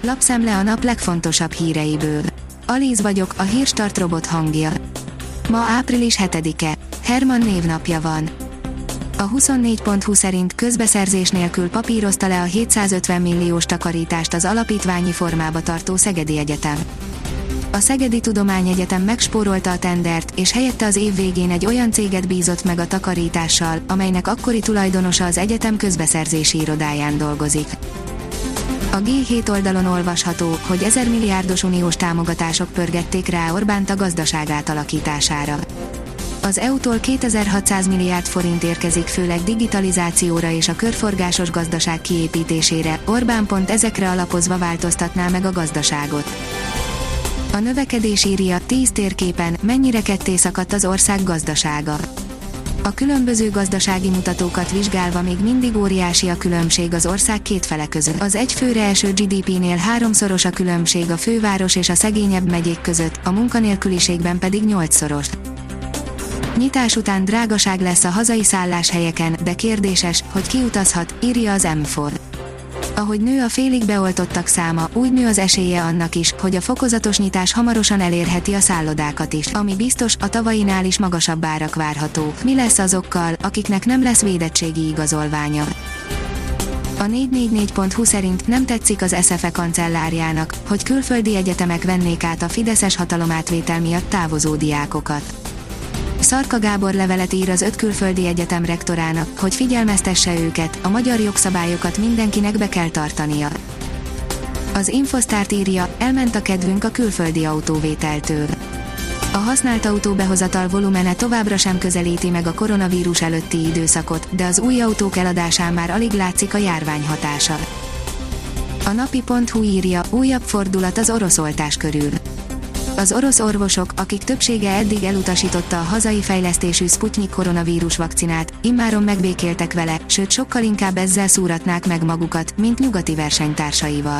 Lapszemle a nap legfontosabb híreiből. Alíz vagyok, a Hírstart robot hangja. Ma április 7-e. Herman névnapja van. A 24.hu szerint közbeszerzés nélkül papírozta le a 750 milliós takarítást az alapítványi formába tartó Szegedi Egyetem. A Szegedi Tudományegyetem megspórolta a tendert, és helyette az év végén egy olyan céget bízott meg a takarítással, amelynek akkori tulajdonosa az egyetem közbeszerzési irodáján dolgozik. A G7 oldalon olvasható, hogy 1000 milliárdos uniós támogatások pörgették rá Orbánt a gazdaság átalakítására. Az EU-tól 2600 milliárd forint érkezik főleg digitalizációra és a körforgásos gazdaság kiépítésére, Orbán pont ezekre alapozva változtatná meg a gazdaságot. A növekedés írja, 10 térképen, mennyire ketté szakadt az ország gazdasága. A különböző gazdasági mutatókat vizsgálva még mindig óriási a különbség az ország két fele között. Az egy főre eső GDP-nél 3-szoros a különbség a főváros és a szegényebb megyék között, a munkanélküliségben pedig 8-szoros. Nyitás után drágaság lesz a hazai szálláshelyeken, de kérdéses, hogy ki utazhat, írja az M4. Ahogy nő a félig beoltottak száma, úgy nő az esélye annak is, hogy a fokozatos nyitás hamarosan elérheti a szállodákat is. Ami biztos, a tavainál is magasabb árak várhatók. Mi lesz azokkal, akiknek nem lesz védettségi igazolványa? A 444.hu szerint nem tetszik az SZFE kancellárjának, hogy külföldi egyetemek vennék át a fideszes hatalomátvétel miatt távozó diákokat. Szarka Gábor levelet ír az 5 külföldi egyetem rektorának, hogy figyelmeztesse őket, a magyar jogszabályokat mindenkinek be kell tartania. Az Infosztárt írja, elment a kedvünk a külföldi autóvételtől. A használt autóbehozatal volumene továbbra sem közelíti meg a koronavírus előtti időszakot, de az új autók eladásán már alig látszik a járvány hatása. A napi.hu írja, újabb fordulat az orosz oltás körül. Az orosz orvosok, akik többsége eddig elutasította a hazai fejlesztésű Sputnik koronavírus vakcinát, immáron megbékéltek vele, sőt sokkal inkább ezzel szúratnák meg magukat, mint nyugati versenytársaival.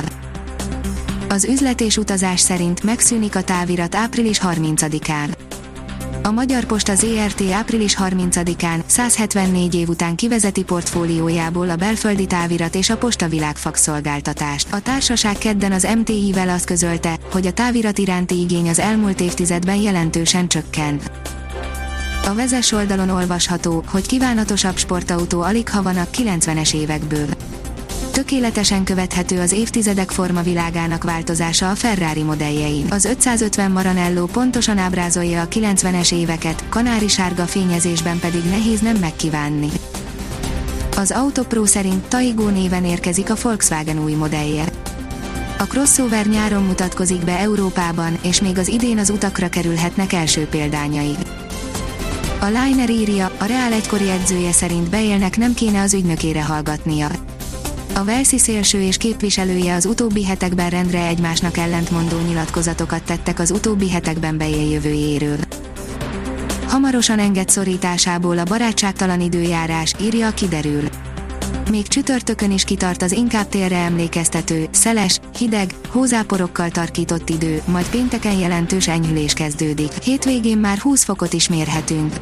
Az Üzlet és Utazás szerint megszűnik a távirat április 30-án. A Magyar Posta ZRT április 30-án, 174 év után kivezeti portfóliójából a belföldi távirat és a postavilág fakszolgáltatást. A társaság kedden az MTI-vel azt közölte, hogy a távirat iránti igény az elmúlt évtizedben jelentősen csökkent. A Vezes oldalon olvasható, hogy kívánatosabb sportautó aligha van a 90-es évekből. Tökéletesen követhető az évtizedek formavilágának változása a Ferrari modelljein. Az 550 Maranello pontosan ábrázolja a 90-es éveket, kanári-sárga fényezésben pedig nehéz nem megkívánni. Az Autopro szerint Taigo néven érkezik a Volkswagen új modellje. A crossover nyáron mutatkozik be Európában, és még az idén az utakra kerülhetnek első példányai. A Liner írja, a Real egykori edzője szerint Bale-nek nem kéne az ügynökére hallgatnia. A Walesi szélső és képviselője az utóbbi hetekben rendre egymásnak ellentmondó nyilatkozatokat tettek az utóbbi hetekben Bale jövőjéről. Hamarosan enged szorításából a barátságtalan időjárás, írja a Kiderül. Még csütörtökön is kitart az inkább télre emlékeztető, szeles, hideg, hózáporokkal tarkított idő, majd pénteken jelentős enyhülés kezdődik. Hétvégén már 20 fokot is mérhetünk.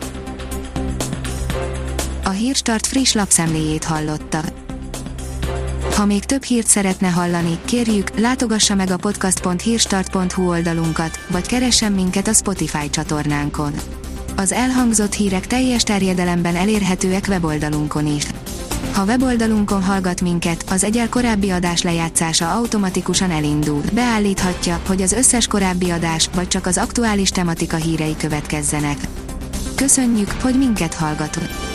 A Hírstart friss lapszemléjét hallotta. Ha még több hírt szeretne hallani, kérjük, látogassa meg a podcast.hírstart.hu oldalunkat, vagy keressen minket a Spotify csatornánkon. Az elhangzott hírek teljes terjedelemben elérhetőek weboldalunkon is. Ha weboldalunkon hallgat minket, az egyel korábbi adás lejátszása automatikusan elindul. Beállíthatja, hogy az összes korábbi adás, vagy csak az aktuális tematika hírei következzenek. Köszönjük, hogy minket hallgatott!